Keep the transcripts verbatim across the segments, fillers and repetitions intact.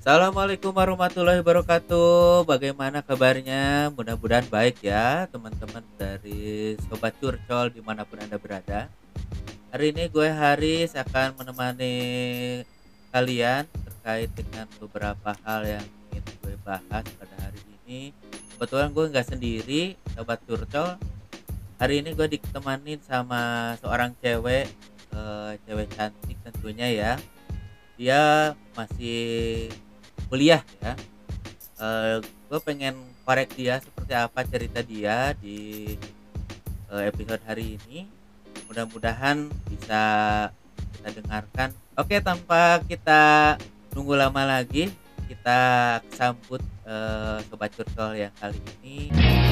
Assalamualaikum warahmatullahi wabarakatuh. Bagaimana kabarnya? Mudah-mudahan baik ya teman-teman dari Sobat Curcol dimanapun Anda berada. Hari ini gue Haris akan menemani kalian terkait dengan beberapa hal yang ingin gue bahas pada hari ini. Kebetulan gue nggak sendiri, Sobat Curcol. Hari ini gue ditemanin sama seorang cewek, eh, cewek cantik tentunya ya. Dia masih kuliah ya. Eee, gue pengen korek dia seperti apa cerita dia di, eee, episode hari ini. Mudah-mudahan bisa kita dengarkan. Oke, tanpa kita nunggu lama lagi, kita sambut, eee, sobat curcol yang kali ini.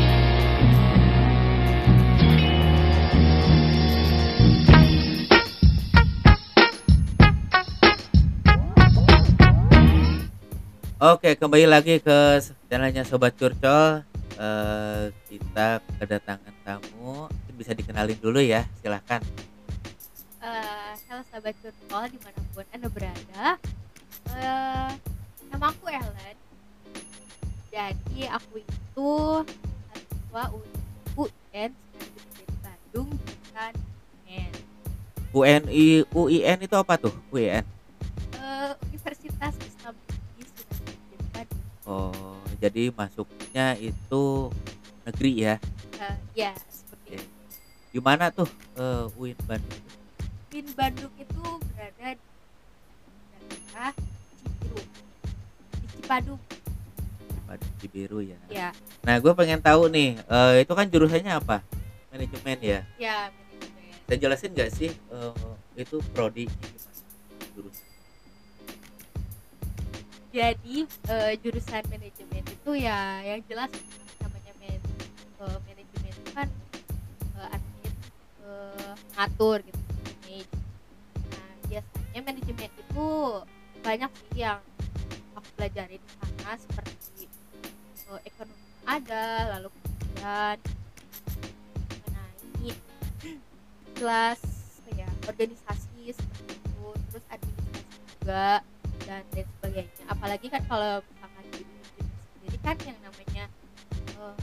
Oke, kembali lagi ke channel-nya Sobat Curcol. Eee, kita kedatangan tamu, mungkin bisa dikenalin dulu ya, silahkan. Eee, halo sahabat Curcol dimanapun Anda berada, eee, nama aku Ellen. Jadi aku itu mahasiswa U N di Bandung jurusan manajemen, U N I U I N itu apa tuh? U I N? eee, Universitas Islam Negeri Sunan Gede Bandung. Oh, jadi masuknya itu negeri ya? Eee, ya seperti Oke. itu. Di mana tuh, eee, U I N Bandung tuh? U N Bandung itu berada di daerah Cibiru, di Cipadung. Bandung Cibiru ya. Ya, Nah, gue pengen tahu nih, eee, itu kan jurusannya apa? Manajemen ya? ya manajemen. Bisa jelasin nggak sih, eee, itu prodinya gimana jurusan? Jadi eh, jurusan manajemen itu ya yang jelas namanya man, eh, manajemen itu kan eh, artinya itu, eh, ngatur gitu, manage. Nah biasanya manajemen itu banyak sih yang aku pelajari di sana seperti eh, ekonomi ada, lalu kemudian mengenai kelas apa ya organisasi seperti itu, terus administrasi juga dan lain sebagainya. Apalagi kan kalau misalkan di universitas sendiri kan yang namanya uh,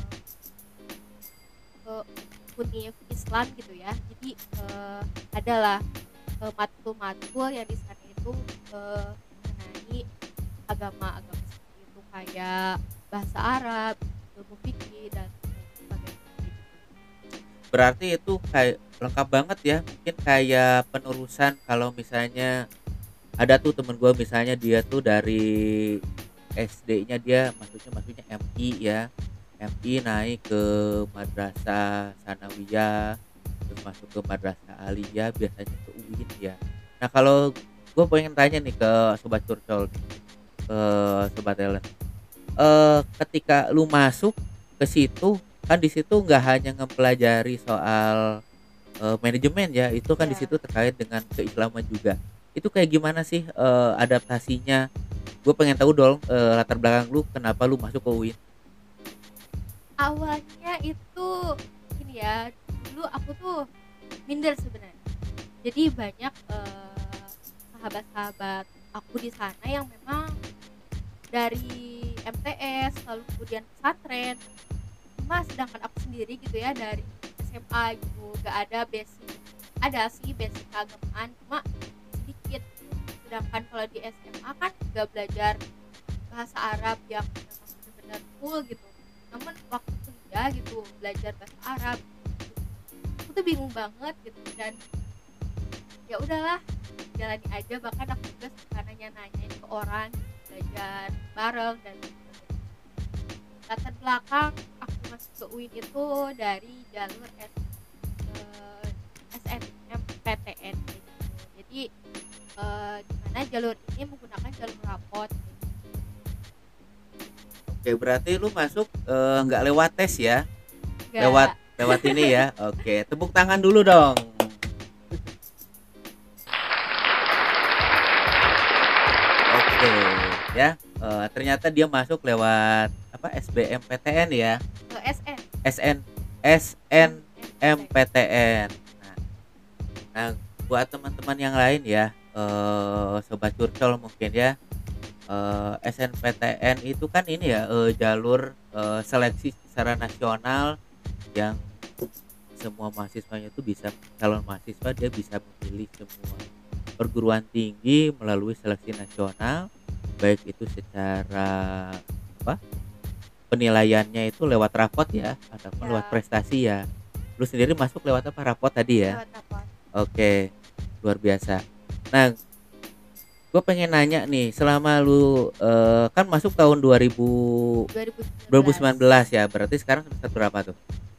uh, univ Islam gitu ya. Jadi uh, adalah uh, matkul-matkul yang di sana itu uh, mengenai agama-agama seperti itu kayak bahasa Arab, ilmu fikih dan lain sebagainya gitu. Berarti itu kayak lengkap banget ya, mungkin kayak penerusan kalau misalnya ada tuh temen gue misalnya dia tuh dari S D-nya dia maksudnya maksudnya M I ya, M I naik ke madrasah sanawiyah, terus masuk ke madrasah aliyah, biasanya ke U I N ya. Nah kalau gue pengen tanya nih ke sobat curcol nih, ke sobat talent, eh ketika lu masuk ke situ kan di situ nggak hanya ngempelajari soal eh, manajemen ya, itu kan di Ya, situ terkait dengan keislaman juga. Itu kayak gimana sih eh, adaptasinya? Gue pengen tahu dong, eh, latar belakang lu kenapa lu masuk ke U I N. awalnya itu ini ya, dulu aku tuh minder sebenarnya. Jadi banyak eh, sahabat-sahabat aku di sana yang memang dari M T S lalu kemudian pesantren, cuma sedangkan aku sendiri gitu ya dari S M A gitu gak ada basic, ada sih basic keagamaan cuma sedikit gitu. Sedangkan kalau di S M A kan gak belajar bahasa Arab yang memang benar-benar full gitu, namun waktu kuliah gitu belajar bahasa Arab aku tuh bingung banget gitu. Dan ya udahlah jalani aja, bahkan aku juga suka nanya-nanyain ke orang gitu, belajar bareng dan sebagainya. Latar belakang aku masuk ke U I N itu dari jalur S, eh, S N M P T N gitu. Jadi eh, di mana jalur ini menggunakan jalur rapot gitu. Oke, berarti lu masuk eh, nggak lewat tes ya, lewat Enggak. lewat ini ya. Oke, tepuk tangan dulu dong. Oke, ya. Eh, ternyata dia masuk lewat apa S B M P T N ya, Ke S N S N S N M P T N. Nah, nah buat teman-teman yang lain ya, eh, sobat curcol mungkin ya, Eee, S N P T N itu kan ini ya, eee, jalur, eee, seleksi secara nasional yang semua mahasiswanya itu bisa calon mahasiswa dia bisa memilih semua perguruan tinggi melalui seleksi nasional, baik itu secara apa, penilaiannya itu lewat rapot ya, ataupun lewat Ya, prestasi ya. Lu sendiri masuk lewat apa, rapot tadi ya? lewat rapor. Oke, luar biasa. Nah, gue pengen nanya nih, selama lu, eee, kan masuk tahun dua ribu dua ribu dua ribu sembilan belas sembilan belas ya, berarti sekarang semester berapa tuh?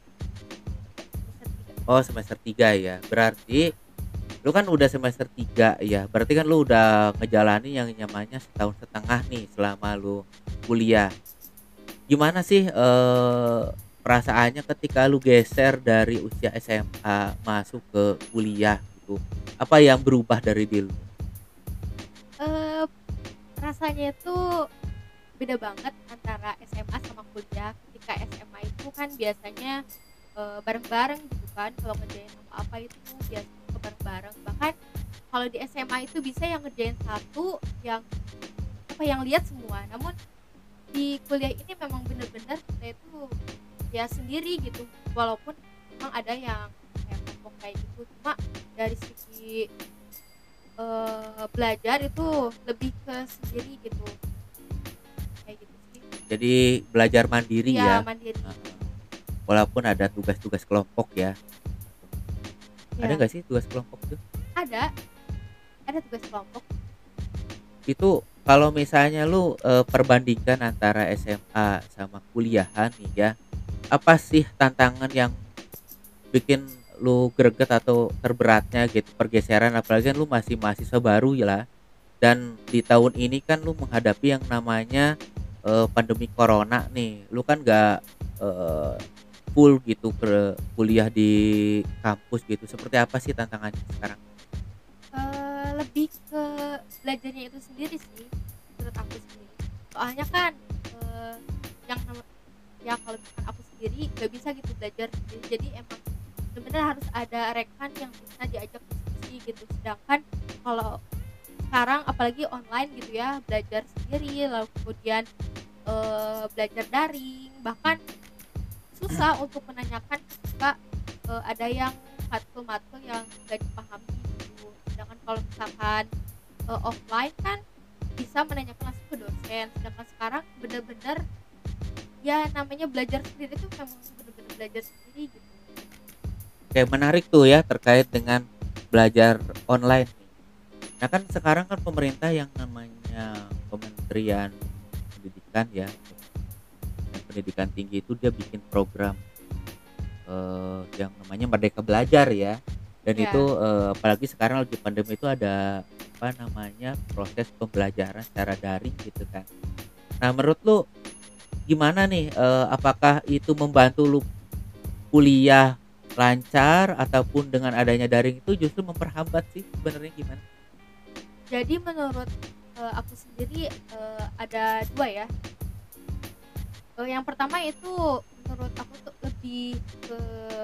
semester tiga. Oh, semester tiga ya. Berarti lu kan udah semester tiga ya, berarti kan lu udah ngejalanin yang namanya setahun setengah nih selama lu kuliah. Gimana sih, eee, perasaannya ketika lu geser dari usia S M A masuk ke kuliah gitu? Apa yang berubah dari diri lu? Eee, rasanya itu beda banget antara S M A sama kuliah. Ketika S M A itu kan biasanya, eee, bareng-bareng gitu kan, kalau ngerjain apa-apa itu biasanya suka bareng-bareng. Bahkan kalau di S M A itu bisa yang ngerjain satu, yang apa, yang lihat semua. Namun di kuliah ini memang bener-bener kita itu ya sendiri gitu, walaupun memang ada yang kayak kelompok kayak gitu, cuma dari segi, eee, belajar itu lebih ke sendiri gitu, kayak gitu sih. Jadi belajar mandiri Iya, ya? mandiri. Heeh. Walaupun ada tugas-tugas kelompok ya. Ada Iya, nggak sih tugas kelompok tuh? ada ada tugas kelompok. Itu kalau misalnya lu, eee, perbandingkan antara S M A sama kuliahan nih ya, apa sih tantangan yang bikin lu greget atau terberatnya gitu, pergeseran apalagi kan lu masih mahasiswa baru ya lah, dan di tahun ini kan lu menghadapi yang namanya, eee, pandemi corona nih, lu kan nggak, eee, full gitu ke kuliah di kampus gitu, seperti apa sih tantangannya sekarang? Eee, lebih ke belajarnya itu sendiri sih, menurut aku sendiri. Soalnya kan, eee, yang nama ya kalau misalkan aku sendiri nggak bisa gitu belajar sendiri, jadi emang bener-bener harus ada rekan yang bisa diajak diskusi gitu. Sedangkan kalau sekarang apalagi online gitu ya, belajar sendiri, lalu kemudian, eee, belajar daring, bahkan susah untuk menanyakan ketika, eee, ada yang matkul-matkul yang nggak dipahami gitu. Sedangkan kalau misalkan, eee, offline kan bisa menanyakan langsung ke dosen, sedangkan sekarang bener-bener ya namanya belajar sendiri tuh memang bener-bener belajar sendiri gitu. Kayak menarik tuh ya terkait dengan belajar online nih. Nah kan sekarang kan pemerintah yang namanya Kementerian Pendidikan ya, dan pendidikan tinggi itu dia bikin program, eee, yang namanya Merdeka Belajar ya, dan itu, Ya, eee, apalagi sekarang lagi pandemi itu ada apa namanya, proses pembelajaran secara daring gitu kan. Nah menurut lu gimana nih, eee, apakah itu membantu lu kuliah lancar ataupun dengan adanya daring itu justru memperhambat sih sebenarnya gimana? jadi menurut, eee, aku sendiri, eee, ada dua ya, eee, yang pertama itu menurut aku tuh lebih ke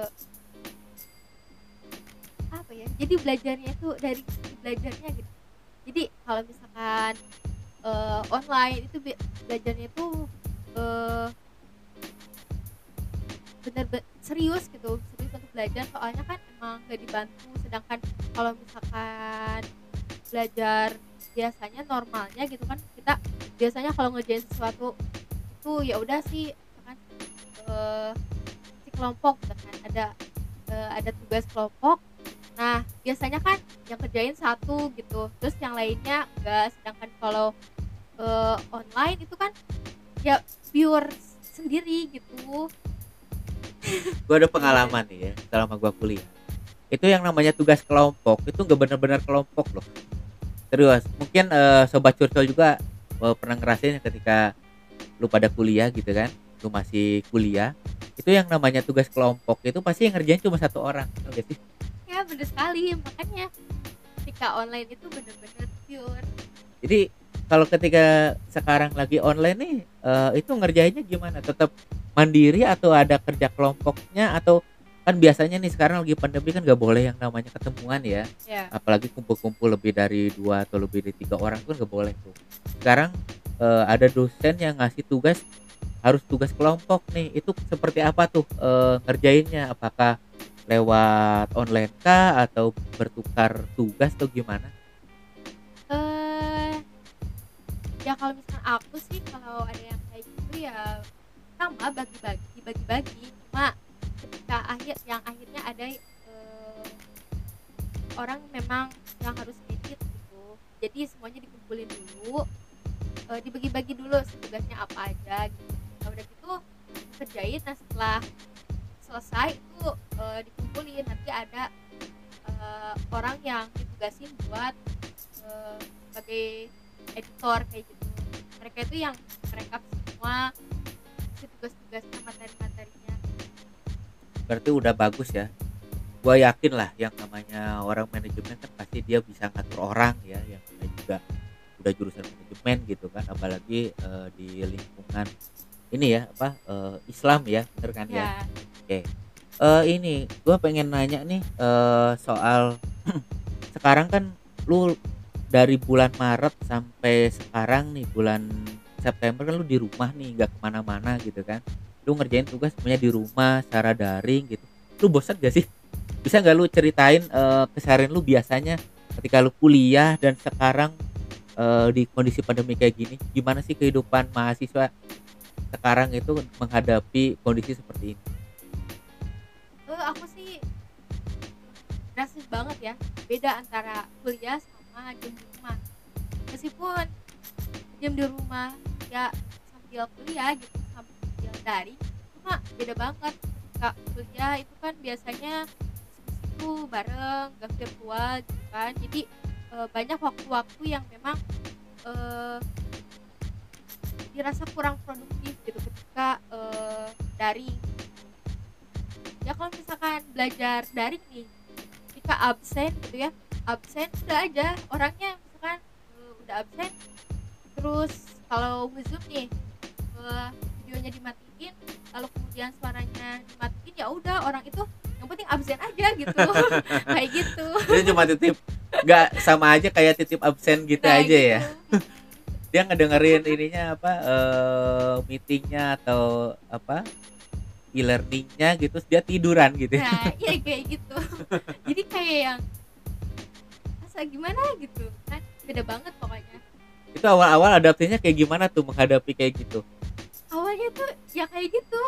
apa ya, jadi belajarnya itu dari segi belajarnya gitu. Jadi kalau misalkan, eee, online itu be belajarnya itu, eee, bener be serius gitu, serius untuk belajar soalnya kan emang nggak dibantu, sedangkan kalau misalkan belajar biasanya normalnya gitu kan, kita biasanya kalau ngerjain sesuatu itu ya udah sih misalkan, eee, si kelompok gitu kan, ada, eee, ada tugas kelompok. Nah, biasanya kan yang kerjain satu gitu, terus yang lainnya enggak, sedangkan kalau, eee, online itu kan ya pure sendiri gitu. Gua ada Gimana? pengalaman nih ya selama gua kuliah. Itu yang namanya tugas kelompok itu nggak benar-benar kelompok loh. Serius. Mungkin, eee, sobat curcol juga, eee, pernah ngerasain ketika lu pada kuliah gitu kan, lu masih kuliah, itu yang namanya tugas kelompok itu pasti yang ngerjain cuma satu orang, tau gak sih? Ya bener sekali, makanya ketika online itu bener-bener pure. Jadi kalau ketika sekarang lagi online nih, eee, itu ngerjainnya gimana? Tetap mandiri atau ada kerja kelompoknya atau kan biasanya nih sekarang lagi pandemi kan nggak boleh yang namanya ketemuan ya, Ya. apalagi kumpul-kumpul lebih dari dua atau lebih dari tiga orang tuh nggak boleh tuh. Sekarang eee, ada dosen yang ngasih tugas, harus tugas kelompok nih, itu seperti apa tuh, eee, ngerjainnya? Apakah lewat online kah atau bertukar tugas atau gimana? Eee, ya kalau misalkan aku sih kalau ada yang kayak gitu ya sama bagi-bagi bagi-bagi, cuma ketika akhir yang akhirnya ada, eee, orang memang yang harus edit gitu. Jadi semuanya dikumpulin dulu, eee, dibagi-bagi dulu tugasnya apa aja gitu. Nah udah gitu dikerjain, nah setelah selesai itu, eee, dikumpulin nanti ada, eee, orang yang ditugasin buat, eee, sebagai editor kayak gitu. Mereka itu yang merekap semua isi tugas-tugasnya, materi-materinya. Berarti udah bagus ya. Gua yakin lah yang namanya orang manajemen kan pasti dia bisa ngatur orang ya, yang namanya juga udah jurusan manajemen gitu kan, apalagi, eee, di lingkungan ini ya, apa, eee, Islam ya, bener kan ya? Ya, Oke, eee, ini gua pengen nanya nih, eee, soal sekarang kan lu dari bulan Maret sampai sekarang nih bulan September kan lu di rumah nih, nggak kemana-mana gitu kan. Lu ngerjain tugas semuanya di rumah secara daring gitu. Lu bosan gak sih? Bisa nggak lu ceritain, eee, keseharian lu biasanya ketika lu kuliah dan sekarang, eee, di kondisi pandemi kayak gini, gimana sih kehidupan mahasiswa sekarang itu menghadapi kondisi seperti ini? eee, aku sih drastis banget ya, beda antara kuliah sama jam di rumah. Meskipun jam di rumah ya sambil kuliah gitu, sambil daring, cuma beda banget. Ketika kuliah itu kan biasanya diskusi tuh bareng, gak virtual gitu kan. Jadi, eee, banyak waktu-waktu yang memang, eee, dirasa kurang produktif gitu ketika, eee, daring. Ya kalau misalkan belajar daring nih, ketika absen gitu ya, absen udah aja orangnya misalkan, eee, udah absen, terus kalau nge-Zoom nih, eee, videonya dimatiin, lalu kemudian suaranya dimatiin, ya udah orang itu yang penting absen aja gitu, kayak gitu. Dia cuma titip nggak sama aja kayak titip absen gitu Nah aja gitu, ya? mhm. Dia ngedengerin ininya apa, eee, meeting-nya atau apa, e-learning-nya gitu, terus dia tiduran gitu ya? Nah iya kayak gitu. Jadi kayak yang, asa gimana gitu kan, beda banget pokoknya. Itu awal-awal adaptasinya kayak gimana tuh menghadapi kayak gitu? Awalnya tuh ya kayak gitu,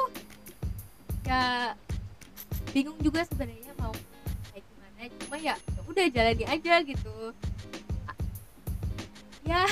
ya bingung juga sebenarnya mau kayak gimana, cuma ya ya udah jalani aja gitu. A ya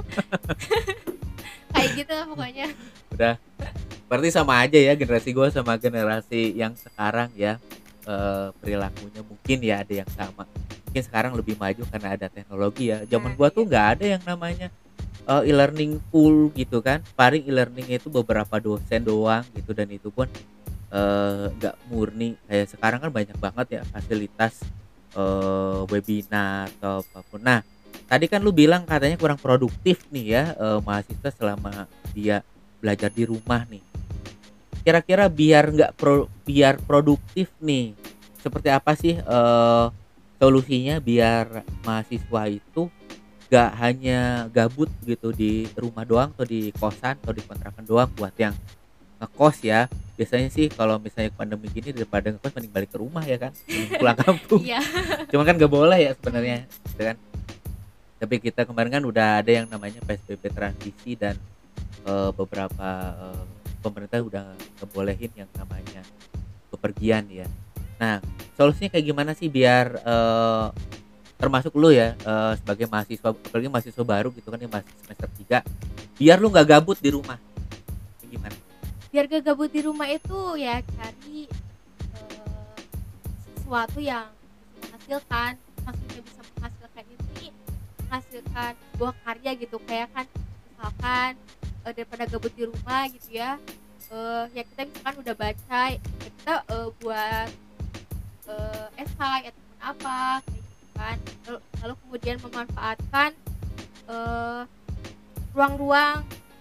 kayak gitu lah pokoknya. Udah berarti sama aja ya generasi gua sama generasi yang sekarang ya, eee, perilakunya mungkin ya ada yang sama. Mungkin sekarang lebih maju karena ada teknologi ya. Zaman Nah gua iya, tuh nggak ada yang namanya, eee, e-learning full gitu kan. Paling e-learning itu beberapa dosen doang gitu dan itu pun, eee, nggak murni. Kayak sekarang kan banyak banget ya fasilitas, eee, webinar atau apapun. Nah, tadi kan lu bilang katanya kurang produktif nih ya, eee, mahasiswa selama dia belajar di rumah nih. Kira-kira biar nggak pro biar produktif nih, seperti apa sih, eee, solusinya biar mahasiswa itu nggak hanya gabut gitu di rumah doang atau di kosan atau di kontrakan doang buat yang ngekos ya. Biasanya sih kalau misalnya pandemi gini daripada ngekos mending balik ke rumah ya kan, mending pulang kampung. iya, Cuman kan nggak boleh ya mhm, sebenarnya, gitu kan. Tapi kita kemarin kan udah ada yang namanya P S B B transisi dan, eee, beberapa, eee, pemerintah udah ngebolehin yang namanya bepergian ya. Nah, solusinya kayak gimana sih biar, eee, termasuk lu ya, eee, sebagai mahasiswa apalagi mahasiswa baru gitu kan yang masih semester tiga biar lu nggak gabut di rumah, kayak gimana? biar gak gabut di rumah itu ya cari, eee, sesuatu yang bisa menghasilkan, maksudnya bisa menghasilkan ini, menghasilkan sebuah karya gitu, kayak kan misalkan, eee, daripada gabut di rumah gitu ya, eee, ya kita misalkan udah baca, ya kita, eee, buat, eee, esai ataupun apa kayak gitu kan, lalu lalu kemudian memanfaatkan, eee, ruang-ruang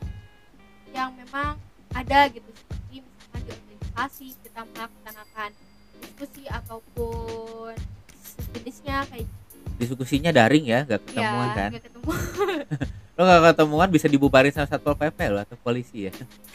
yang memang ada gitu, seperti misalkan di organisasi kita melaksanakan diskusi ataupun sejenisnya kayak gitu. Diskusinya daring ya, nggak Iya, ketemuan kan? nggak ketemu. Lo gak ketemuan bisa dibubarin sama satpol pp lo atau polisi ya.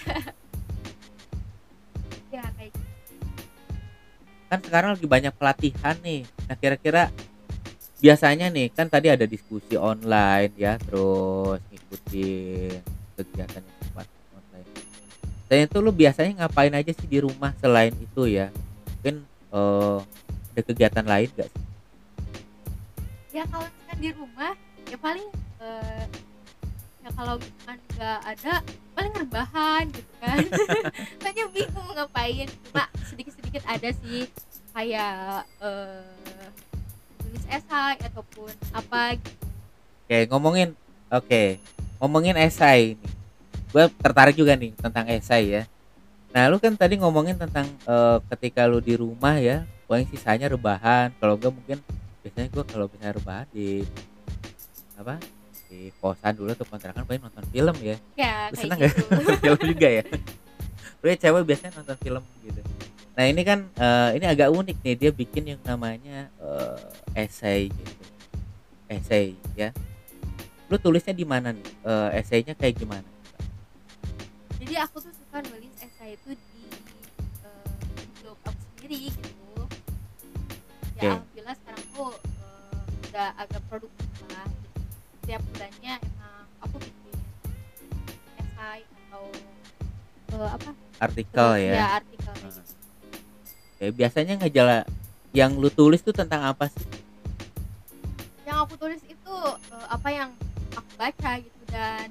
Ya kayak gitu. Kan sekarang lagi banyak pelatihan nih. Nah kira-kira biasanya nih kan tadi ada diskusi online ya, terus ngikutin kegiatan yang sifatnya online. Dan itu lu biasanya ngapain aja sih di rumah selain itu ya? Mungkin eh, ada kegiatan lain gak sih? Ya kalau misalkan di rumah ya paling eh, ya kalau misalkan nggak ada paling rebahan gitu kan. Tanya bingung mau ngapain, cuma sedikit-sedikit ada sih kayak eh, tulis esai ataupun apa gitu. Oke ngomongin, oke ngomongin esai nih. Gue tertarik juga nih tentang esai ya. Nah lu kan tadi ngomongin tentang eh, ketika lu di rumah ya, paling sisanya rebahan. Kalau enggak mungkin biasanya gue kalau misalnya rebahan di apa di kosan dulu atau kontrakan paling nonton film ya. Ya Lu kayak seneng gak gitu. nonton film juga ya? Lu ya cewek biasanya nonton film gitu. Nah ini kan eh, ini agak unik nih, dia bikin yang namanya eh, esai gitu, esai ya. Lu tulisnya di mana nih? Eh, esainya kayak gimana? Jadi aku tuh suka nulis esai itu di, eh, di blog aku sendiri gitu. Ya Oke, alhamdulillah sekarang tuh eh, udah agak produktif lah. Jadi, setiap bulannya emang aku bikin esai atau eh, apa artikel terus ya. ya artikel kayak Nah, gitu. oke, biasanya ngejala yang lu tulis tuh tentang apa sih? Yang aku tulis itu eh, apa yang aku baca gitu dan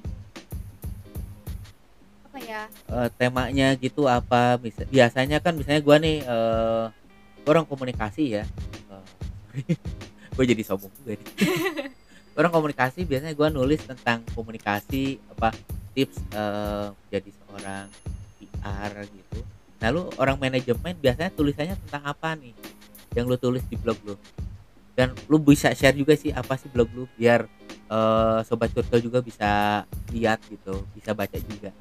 apa ya. Eh, temanya gitu apa? Bisa, biasanya kan misalnya gua nih eh gua orang komunikasi ya. Eh, gue jadi sombong juga nih. Orang komunikasi biasanya gua nulis tentang komunikasi apa tips eh jadi seorang P R gitu. Nah lu orang manajemen biasanya tulisannya tentang apa nih yang lu tulis di blog lu? Dan lu bisa share juga sih apa sih blog lu biar eh, sobat curcol juga bisa lihat gitu, bisa baca juga.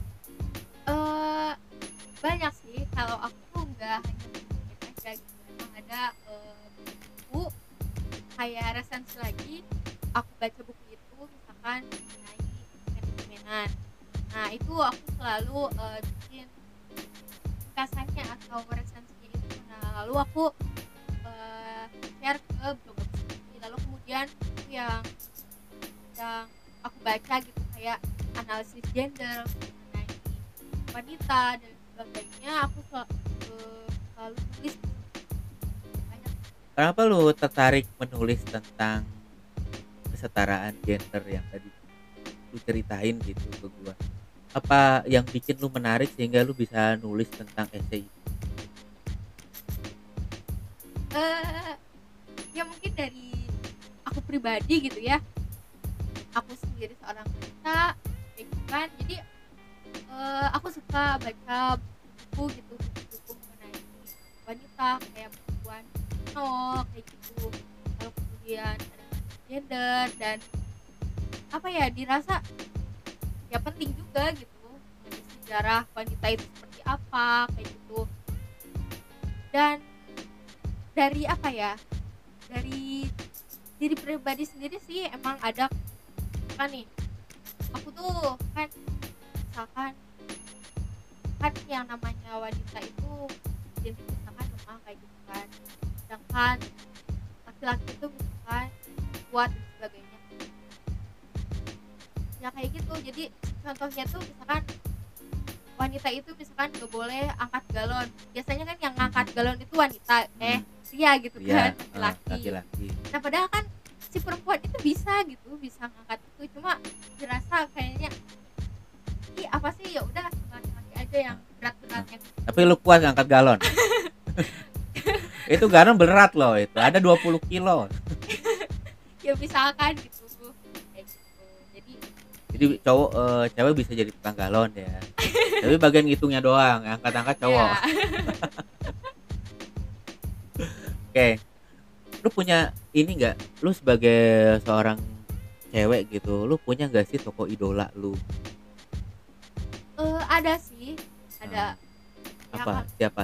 eh Banyak sih kalau aku tuh nggak hanya bikin aja gitu, emang ada eh, buku kayak resensi lagi. Aku baca buku itu misalkan mengenai manajemenan, nah itu aku selalu eh, bikin ringkasannya atau resensinya itu. Nah lalu aku eh, share ke blog aku sendiri, lalu kemudian itu yang yang aku baca gitu kayak analisis gender mengenai wanita dan sebagainya. Aku sel- eh, selalu tulis banyak. Kenapa lu tertarik menulis tentang kesetaraan gender yang tadi lu ceritain gitu ke gua? Apa yang bikin lu menarik sehingga lu bisa nulis tentang esai itu? eh Ya mungkin dari aku pribadi gitu ya, aku sendiri seorang wanita kayak gitu kan. Jadi eh, aku suka baca buku gitu, buku-buku mengenai wanita kayak perempuan no kayak gitu. Lalu kemudian ada gender dan apa ya, dirasa ya penting juga gitu mengenai sejarah wanita itu seperti apa kayak gitu. Dan dari apa ya, dari diri pribadi sendiri sih emang ada kan nih, aku tuh kan misalkan kan yang namanya wanita itu jadi misalkan lemah kayak gitu kan, sedangkan laki-laki itu misalkan kuat dan sebagainya ya kayak gitu. Jadi contohnya tuh misalkan wanita itu misalkan gak boleh angkat galon, biasanya kan yang ngangkat galon itu wanita eh Hmm, pria gitu iya, kan, eh, laki-laki. laki-laki. Nah padahal kan si perempuan itu bisa gitu, bisa ngangkat itu, cuma dirasa kayaknya ih apa sih, ya udah laki-laki aja yang berat-beratnya gitu. Tapi lu kuat ngangkat galon. Itu galon berat loh itu. Ada dua puluh kilo. Ya misalkan gitu kayak gitu. Jadi Jadi cowok eh, cewek bisa jadi tukang galon ya. Tapi bagian ngitungnya doang, angkat-angkat cowok. ya Oke. Lu punya ini enggak? Lu sebagai seorang cewek gitu, lu punya enggak sih tokoh idola lu? eh, ada sih, Nah, ada ya apa? kan, Siapa?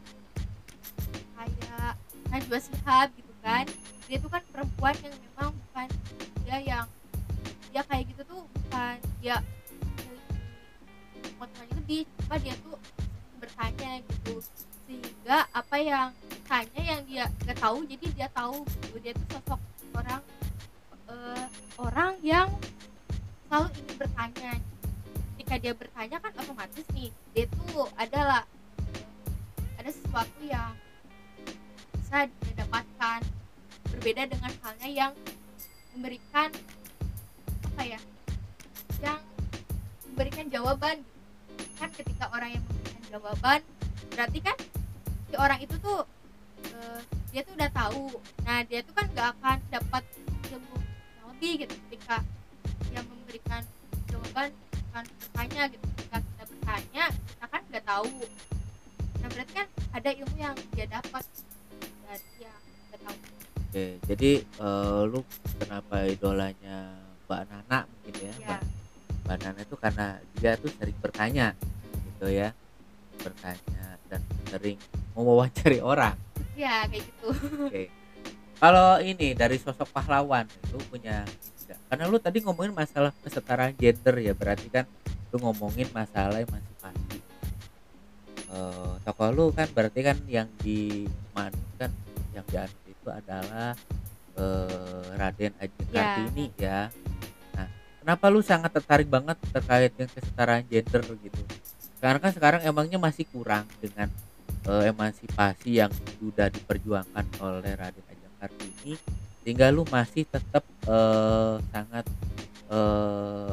kayak Najwa Shihab gitu kan. Dia itu kan perempuan yang memang bukan dia yang dia kayak gitu tuh bukan dia memiliki pengetahuan yang lebih, cuma dia tuh bertanya gitu, sehingga apa yang tanya yang dia nggak tahu jadi dia tahu gitu. Dia tuh sosok orang eh, orang yang selalu ingin bertanya. Ketika dia bertanya kan otomatis nih dia tuh adalah ada sesuatu yang bisa dia dapatkan, berbeda dengan halnya yang memberikan apa ya, yang memberikan jawaban gitu. Kan ketika orang yang memberikan jawaban berarti kan si orang itu tuh eh, dia tuh udah tahu, nah dia tuh kan gak akan dapat ilmu yang lebih gitu ketika dia memberikan jawaban, bukan bertanya gitu. Ketika kita bertanya kita kan nggak tahu, nah berarti kan ada ilmu yang dia dapat dari yang nggak tahu. Oke, jadi eh, lu kenapa idolanya Mbak Nana mungkin ya? Ya, Mbak, Mbak Nana itu karena dia tuh sering bertanya gitu ya, bertanya dan sering mewawancari orang. ya kayak gitu. Oke. Kalau ini dari sosok pahlawan itu punya ini nggak? Karena lu tadi ngomongin masalah kesetaraan gender ya, berarti kan lu ngomongin masalah emansipasi. Eh, tokoh lu kan berarti kan yang dimanut kan, yang dianut itu adalah eh, Raden Ajeng Ya, Kartini ya. Nah, kenapa lu sangat tertarik banget terkait dengan kesetaraan gender gitu? Karena kan sekarang emangnya masih kurang dengan eh, emansipasi yang sudah diperjuangkan oleh Raden Ajeng Kartini, sehingga lu masih tetap eh, sangat eh,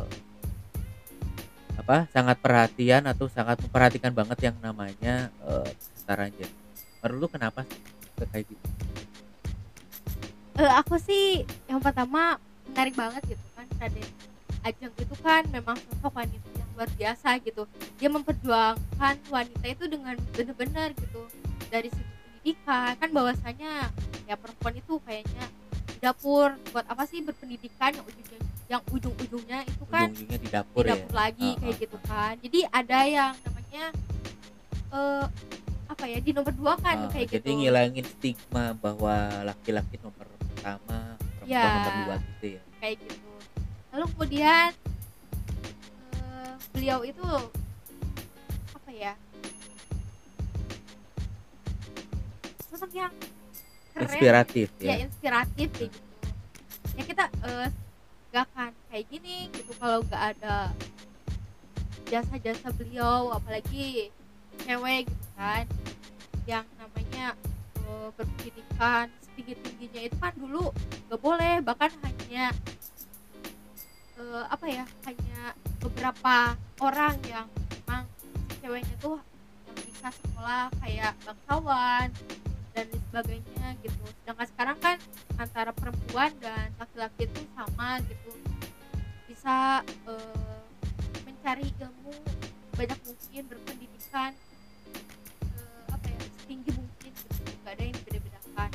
apa sangat perhatian atau sangat memperhatikan banget yang namanya eh, kesetaraan gender. Menurut lu kenapa sih bisa kayak gitu? Eh, aku sih yang pertama menarik banget gitu kan, Raden Ajeng itu kan memang sosok wanita yang luar biasa gitu. Dia memperjuangkan wanita itu dengan benar-benar gitu, dari segi pendidikan kan bahwasanya ya perempuan itu kayaknya di dapur buat apa sih berpendidikan, yang ujungnya yang ujung-ujungnya itu kan Ujung-ujungnya di di dapur ya. dapur lagi Oh, kayak oh, gitu oh. kan. Jadi ada yang namanya eh apa ya, di nomor dua kan Oh, kayak jadi gitu. ngilangin stigma bahwa laki-laki nomor pertama, perempuan Ya, nomor dua gitu ya. kayak gitu. Lalu kemudian eh, beliau itu apa ya, sosok yang keren, Inspiratif ya ya. inspiratif kayak gitu. Ya kita eh, gak akan kayak gini gitu kalau gak ada jasa-jasa beliau, apalagi cewek gitu kan, yang namanya eh, berpendidikan setinggi-tingginya itu kan dulu gak boleh, bahkan hanya eh, apa ya, hanya beberapa orang yang memang ceweknya tuh yang bisa sekolah kayak bangsawan dan lain sebagainya gitu. Sedangkan sekarang kan antara perempuan dan laki-laki itu sama gitu, bisa eh, mencari ilmu banyak mungkin, berpendidikan eh, apa ya, setinggi mungkin gitu, gak ada yang beda-bedakan.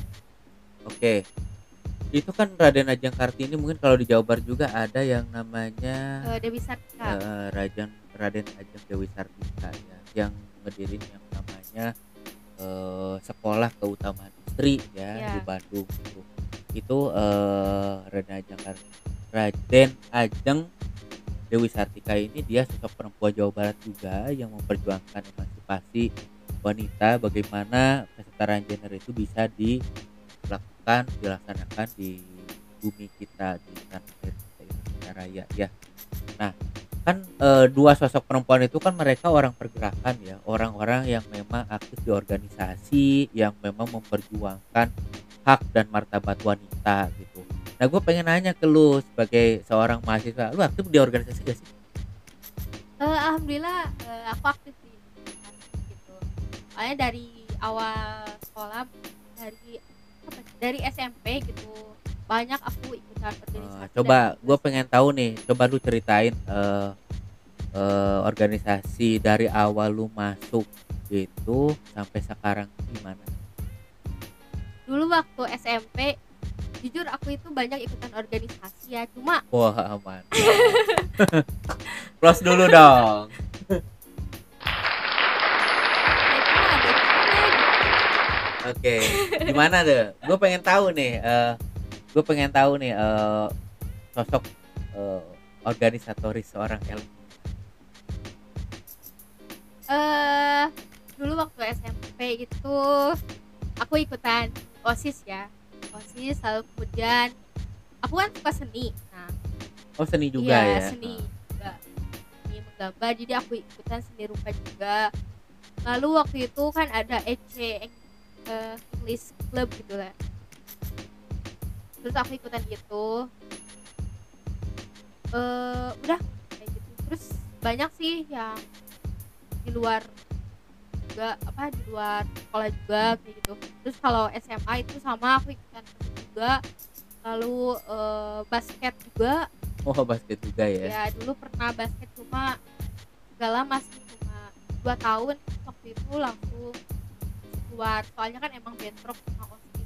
Oke. Itu kan Raden Ajeng Kartini, mungkin kalau di Jawa Barat juga ada yang namanya Eh, Dewi Sartika. eh, Raden Raden Ajeng Dewi Sartika ya, yang ngedirin yang namanya eh, sekolah keutamaan istri ya Ya. di Bandung itu. Itu eh, Raden Ajeng Kar- Raden Ajeng Dewi Sartika ini dia sosok perempuan Jawa Barat juga yang memperjuangkan emansipasi wanita, bagaimana kesetaraan gender itu bisa dilakukan, dilaksanakan di bumi kita, di tanah air kita Indonesia Raya ya. Nah, kan eh, dua sosok perempuan itu kan mereka orang pergerakan ya, orang-orang yang memang aktif di organisasi, yang memang memperjuangkan hak dan martabat wanita gitu. Nah, gue pengen nanya ke lu sebagai seorang mahasiswa, lu aktif di organisasi gak sih? Eh, alhamdulillah eh, aku aktif di organisasi gitu. Soalnya dari awal sekolah, dari apa sih, dari S M P gitu banyak aku ikutan Eh, organisasi. coba dan gue tugas. pengen tahu nih, coba lu ceritain eh, eh, organisasi dari awal lu masuk gitu sampai sekarang gimana? Dulu waktu S M P jujur aku itu banyak ikutan organisasi ya, cuma Wah, aman. Close dulu dong. ya cuma ada gimana gitu. Oke, gimana tuh? Gue pengen tahu nih. eh gue pengen tahu nih eh, sosok eee, organisatoris seorang Elvina? Eh, dulu waktu S M P itu aku ikutan OSIS ya. OSIS lalu kemudian aku kan suka seni. Nah, Oh, seni juga iya ya? seni Heeh. juga. Seni menggambar jadi aku ikutan seni rupa juga. Lalu waktu itu kan ada E C Eng- eh, English Club gitu lah. Terus aku ikutan itu. Eh, udah kayak gitu. Terus banyak sih yang di luar juga apa di luar sekolah juga kayak gitu. Terus kalau S M A itu sama aku ikutan basket juga, lalu eh, basket juga. Oh, basket juga ya? Ya dulu pernah basket cuma gak lama sih, cuma dua tahun. Waktu itu langsung keluar soalnya kan emang bentrok sama OSIS.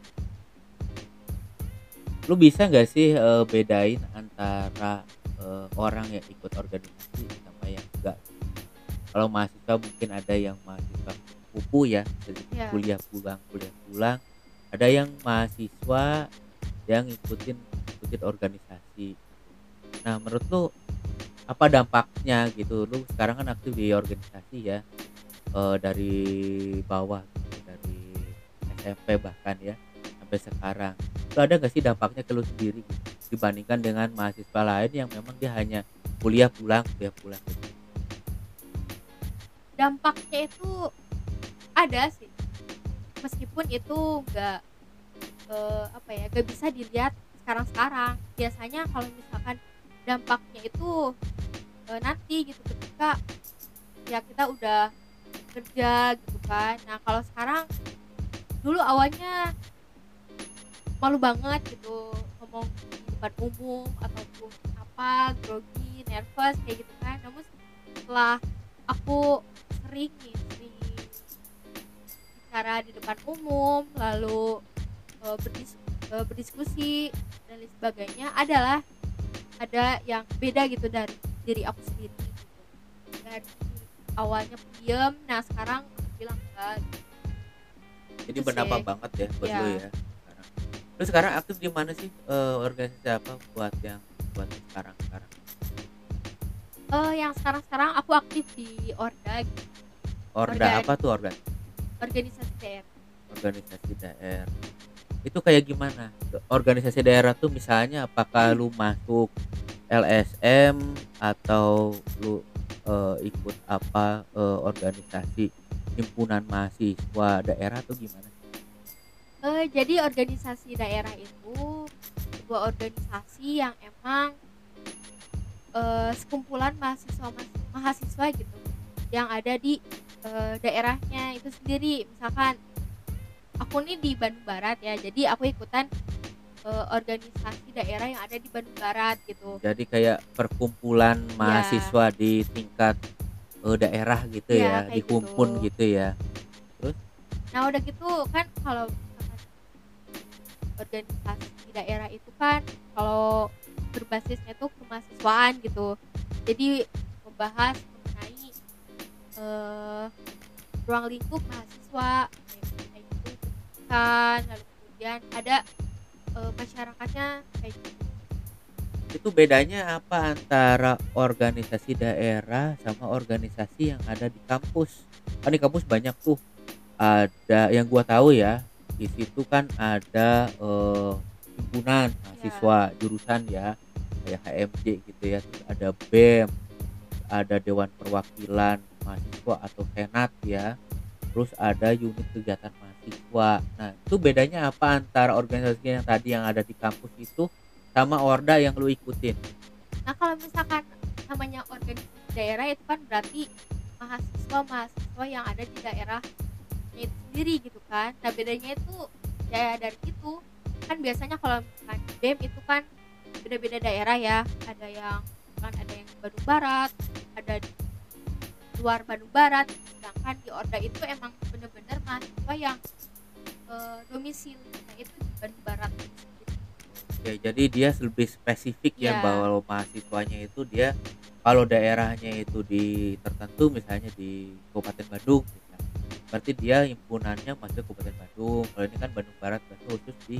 Lu bisa nggak sih, eee, bedain antara, eee, orang yang ikut organisasi sama yang enggak? Kalau mahasiswa mungkin ada yang mahasiswa kupu ya, jadi Ya kuliah pulang kuliah pulang, ada yang mahasiswa yang ngikutin ngikutin organisasi gitu. Nah, menurut lu apa dampaknya gitu? Lu sekarang kan aktif di organisasi ya, eee, dari bawah gitu, dari S M P bahkan ya, sampai sekarang. Itu ada nggak sih dampaknya ke lu sendiri gitu, dibandingkan dengan mahasiswa lain yang memang dia hanya kuliah pulang kuliah pulang gitu? dampaknya itu ada sih, meskipun itu nggak eh, apa ya gak bisa dilihat sekarang-sekarang. Biasanya kalau misalkan dampaknya itu eh, nanti gitu ketika ya kita udah kerja gitu kan. Nah kalau sekarang, dulu awalnya malu banget gitu ngomong di depan umum ataupun apa, grogi, nervous kayak gitu kan. Namun setelah aku sering nih sering bicara di depan umum, lalu eh, berdis- eh, berdiskusi dan lain sebagainya, adalah ada yang beda gitu dari diri aku sendiri gitu. Dari awalnya pendiam, nah sekarang bilang enggak Jadi gitu berdampak sih. banget ya buat lu Ya ya sekarang. Lu sekarang aktif di mana sih? Eee, organisasi apa buat yang buat sekarang-sekarang? eh yang sekarang-sekarang aku aktif di Orda gitu. Orda Organ apa tuh organ? organisasi daerah. Organisasi daerah. Itu kayak gimana? Ke organisasi daerah tuh misalnya apakah lu masuk L S M atau lu, eee, ikut apa, eee, organisasi himpunan mahasiswa daerah atau gimana sih? Eh, jadi organisasi daerah itu sebuah organisasi yang emang eh, sekumpulan mahasiswa mahasiswa gitu yang ada di eh, daerahnya itu sendiri. Misalkan aku nih di Bandung Barat ya, jadi aku ikutan eh, organisasi daerah yang ada di Bandung Barat gitu. Jadi kayak perkumpulan Ya, mahasiswa di tingkat, eee, daerah gitu ya ya, di kayak gitu. Humpun gitu ya. Terus Nah udah gitu kan, kalau misalkan organisasi daerah itu kan kalau berbasisnya tuh kemahasiswaan gitu. Jadi membahas mengenai eh, ruang lingkup mahasiswa kayak gitu kan, lalu kemudian ada eh, masyarakatnya kayak gitu. itu bedanya apa antara organisasi daerah sama organisasi yang ada di kampus? Kan di kampus banyak tuh, ada yang gua tahu ya, di situ kan ada, eee, himpunan Ya mahasiswa jurusan ya, kayak H M J gitu ya, terus ada B E M, ada dewan perwakilan mahasiswa atau senat ya, terus ada unit kegiatan mahasiswa. Nah, itu bedanya apa antara organisasi yang tadi yang ada di kampus itu sama Orda yang lu ikutin? nah kalau misalkan namanya organisasi daerah itu kan berarti mahasiswa mahasiswa yang ada di daerahnya itu sendiri gitu kan. Nah bedanya itu ya dari itu kan, biasanya kalau misalkan B E M itu kan beda-beda daerah ya, ada yang kan ada yang di Bandung Barat, ada di luar Bandung Barat. Sedangkan di Orda itu emang bener-bener mahasiswa yang eh, domisilinya itu di Bandung Barat gitu. Oke, jadi dia lebih spesifik ya Ya bahwa mahasiswanya itu dia kalau daerahnya itu di tertentu misalnya di Kabupaten Bandung misalnya, berarti dia himpunannya masuk Kabupaten Bandung. Kalau ini kan Bandung Barat berarti khusus di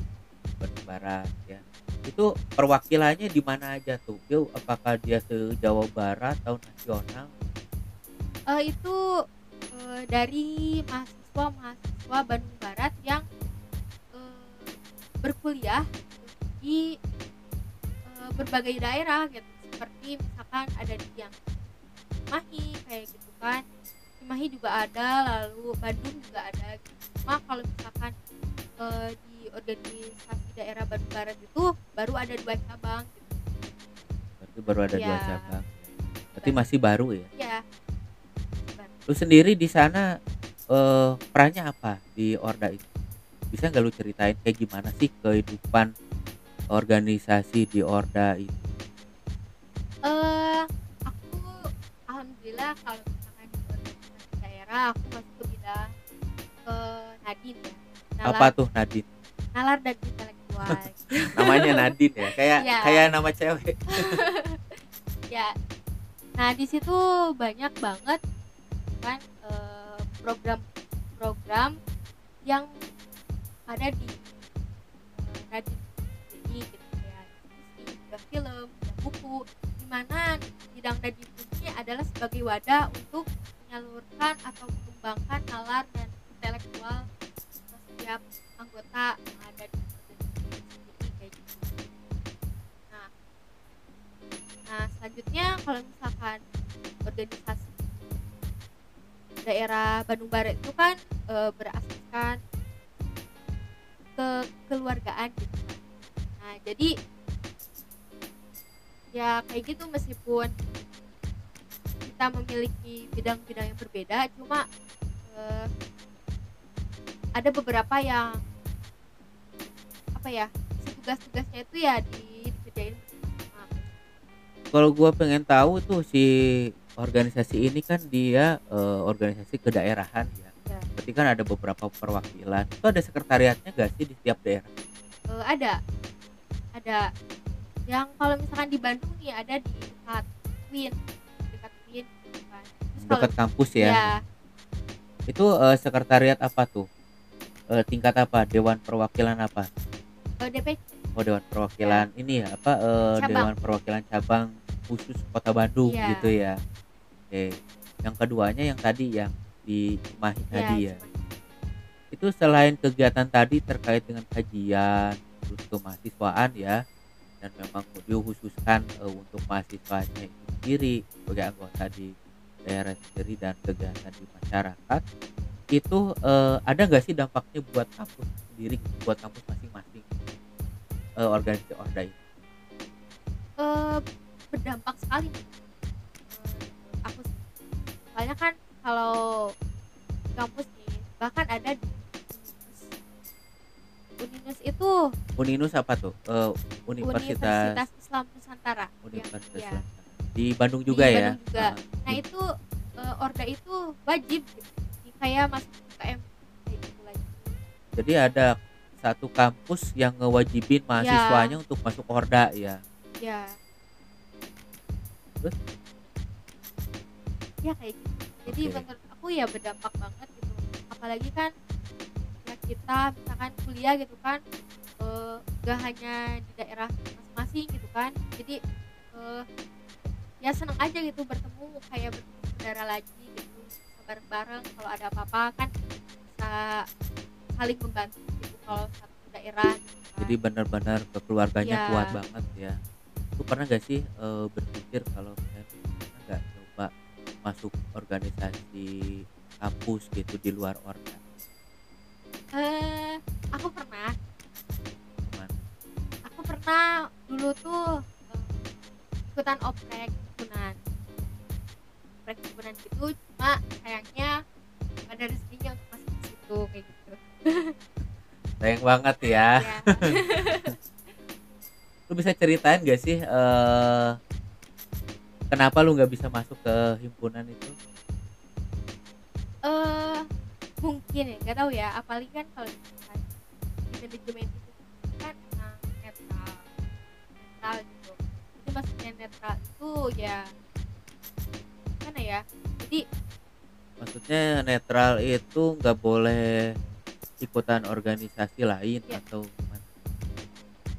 Bandung Barat ya. Itu perwakilannya di mana aja tuh? Dia apakah dia se-Jawa Barat atau nasional? Eee, itu, eee, dari mahasiswa-mahasiswa Bandung Barat yang, eee, berkuliah di, eee, berbagai daerah gitu. Seperti misalkan ada di yang Cimahi kayak gitu kan, Cimahi juga ada, lalu Bandung juga ada gitu. Cuma kalau misalkan, eee, di organisasi daerah Bandung Barat itu baru ada dua cabang gitu. Berarti baru ada dua Iya, cabang ya. Berarti baru masih baru ya? iya, baru. Lu sendiri di sana, eee, perannya apa di Orda itu? Bisa nggak lu ceritain kayak gimana sih kehidupan organisasi di Orda itu? Eee, aku alhamdulillah kalau misalkan di organisasi daerah aku masuk ke bidang, eee, Nadin ya, Apa nalar tuh Nadine? nalar dan intelektual. Namanya Nadine ya? Kayak Iya, kayak nama cewek. ya. Nah, di situ banyak banget kan, eee, program-program yang ada di, eee, Nadin. Jadi gitu kayak diskusi, juga film, juga buku, di mana bidang Nadin ini adalah sebagai wadah untuk menyalurkan atau mengembangkan nalar dan intelektual setiap anggota yang ada di organisasi itu sendiri kayak gitu. Nah nah selanjutnya kalau misalkan organisasi daerah Bandung Barat itu kan, eee, berasaskan kekeluargaan gitu kan. Nah jadi ya kayak gitu meskipun kita memiliki bidang-bidang yang berbeda cuma, eee, ada beberapa yang apa ya, si tugas-tugasnya itu ya di dikerjain bersama-sama. Kalau gua pengen tahu tuh si organisasi ini kan dia, eee, organisasi kedaerahan ya. Ya, Berarti kan ada beberapa perwakilan. Itu ada sekretariatnya nggak sih di tiap daerah? eee, ada ada yang kalau misalkan di Bandung nih ada di dekat UIN, dekat UIN gitu kan. Terus kalau Dekat kampus ya? ya, Itu, eee, sekretariat apa tuh? Eee, tingkat apa? Dewan perwakilan apa? eee, D P C Oh, dewan ya, perwakilan ini ya, apa, eee, cabang. dewan perwakilan cabang khusus Kota Bandung Iya, gitu ya? Oke. Yang keduanya yang tadi yang di Cimahi iya tadi ya? cuma Itu selain kegiatan tadi terkait dengan kajian, terus kemahasiswaan ya, dan memang dikhususkan, eee, untuk mahasiswanya itu sendiri sebagai anggota di daerah sendiri dan kegiatan di masyarakat, itu, eee, ada nggak sih dampaknya buat kampus sendiri gitu, buat kampus masing-masing, eee, organisasi Orda ini? eee, berdampak sekali nih, eee, aku sih. Soalnya kan kalau di kampus nih bahkan ada di Uninus. Uninus itu Uninus apa tuh? Eee, Universitas Universitas Islam Nusantara yang Universitas ya Islam di Bandung di juga ya? Bandung juga. Heeh. Nah Di itu, eee, Orda itu wajib gitu, di kayak masuk U K M kayak gitu lagi. jadi ada satu kampus yang ngewajibin Iya, mahasiswanya untuk masuk Orda ya? iya, Terus? iya kayak gitu. Jadi Oke. menurut aku ya berdampak banget gitu. Apalagi kan ya kita misalkan kuliah gitu kan, eee, nggak hanya di daerah masing-masing gitu kan. Jadi, eee, ya seneng aja gitu bertemu kayak bertemu saudara lagi gitu, bisa bareng-bareng kalau ada apa-apa kan bisa saling membantu gitu kalau satu daerah gitu Jadi kan. benar-benar kekeluarganya kuat Iya, banget ya. Lu pernah gak sih, eee, berpikir kalau misalnya tuh pernah nggak coba masuk organisasi kampus gitu di luar Orda? eee, aku pernah Cuman aku pernah dulu tuh, eee, ikutan oprek himpunan oprek himpunan gitu cuma sayangnya nggak ada rezekinya untuk masuk ke situ kayak gitu. sayang banget ya. Iya, Lu bisa ceritain gak sih, eee, kenapa lu nggak bisa masuk ke himpunan itu? eee, mungkin ya nggak tahu ya apalagi kan kalau misalkan di manajemen itu kan emang netral netral gitu. Jadi maksudnya netral itu ya gimana ya, jadi Maksudnya netral itu nggak boleh ikutan organisasi lain ya atau gimana?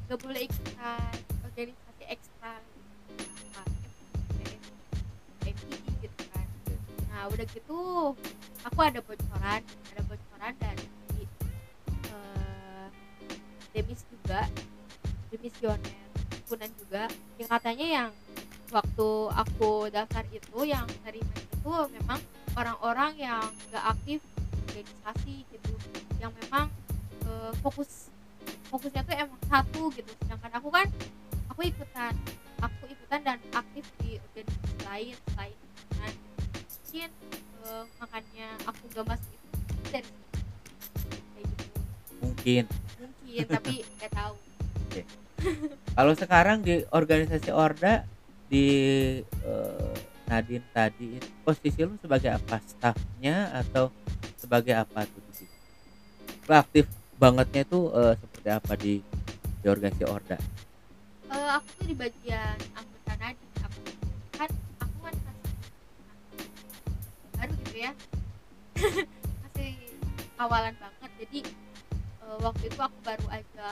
nggak boleh ikutan organisasi ekstra gitu kayak M P I gitu kan. Nah udah gitu aku ada bocoran ada bocoran dari eh, demis juga, demisioner himpunan juga, yang katanya yang waktu aku daftar itu yang terima itu memang orang-orang yang gak aktif di organisasi gitu, yang memang eh, fokus fokusnya tuh emang satu gitu, sedangkan aku kan aku ikutan aku ikutan dan aktif di organisasi lain selain himpunan. Mungkin eh, makanya aku gak masuk itu dari situ, kayak gitu Mungkin. mungkin, tapi nggak tahu. Oke. Kalau sekarang di organisasi Orda di eh, Nadine tadi itu posisi lu sebagai apa? Staffnya atau sebagai apa tuh di situ? Lu aktif bangetnya itu eh, seperti apa di di organisasi Orda? Eh, aku tuh di bagian anggota nadi, aku kan aku kan masih baru gitu ya, masih awalan banget, jadi eh, waktu itu aku baru aja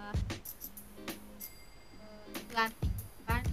eh, dilantik gitu kan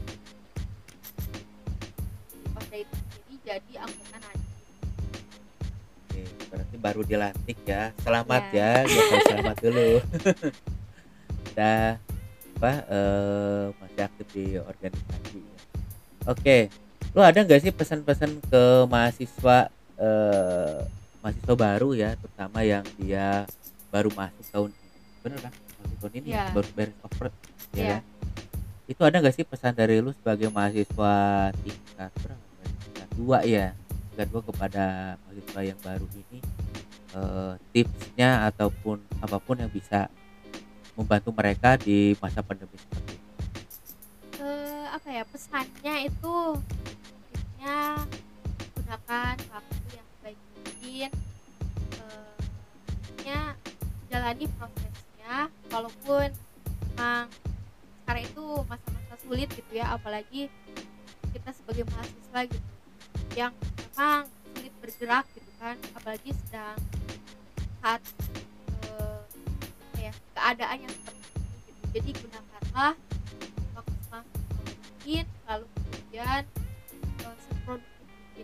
di Orda itu sendiri jadi anggota nadi. Oke, berarti baru dilantik ya. Selamat Ya, ya, gue kasih selamat dulu. Udah apa eh, masih aktif di organisasi ya. Oke, lu ada nggak sih pesan-pesan ke mahasiswa eh, mahasiswa baru ya, terutama yang dia baru masuk tahun ini, bener kan? Masuk tahun ini ya, ya, baru beres oprek, ya ya. kan? Itu ada nggak sih pesan dari lu sebagai mahasiswa tingkat berapa? ya? Tingkat dua ya, tingkat dua kepada mahasiswa yang baru ini, eh, tipsnya ataupun apapun yang bisa membantu mereka di masa pandemi seperti ini. Eh, apa ya pesannya itu, tipsnya gunakan waktu yang sebaik mungkin, eh, maksudnya jalani prosesnya walaupun memang sekarang itu masa-masa sulit gitu ya, apalagi kita sebagai mahasiswa gitu yang memang sulit bergerak gitu kan, apalagi sedang saat eh, apa ya keadaan yang seperti ini gitu, jadi gunakanlah waktu semaksimal mungkin, lalu kemudian eh, seproduktif mungkin.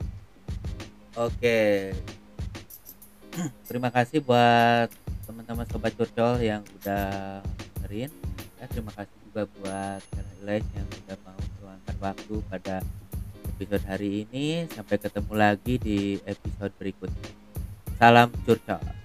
Oke, terima kasih buat teman-teman sobat curcol yang udah dengerin. Ya, terima kasih juga buat Elias yang udah mau meluangkan waktu pada episode hari ini. Sampai ketemu lagi di episode berikutnya. Salam curcol.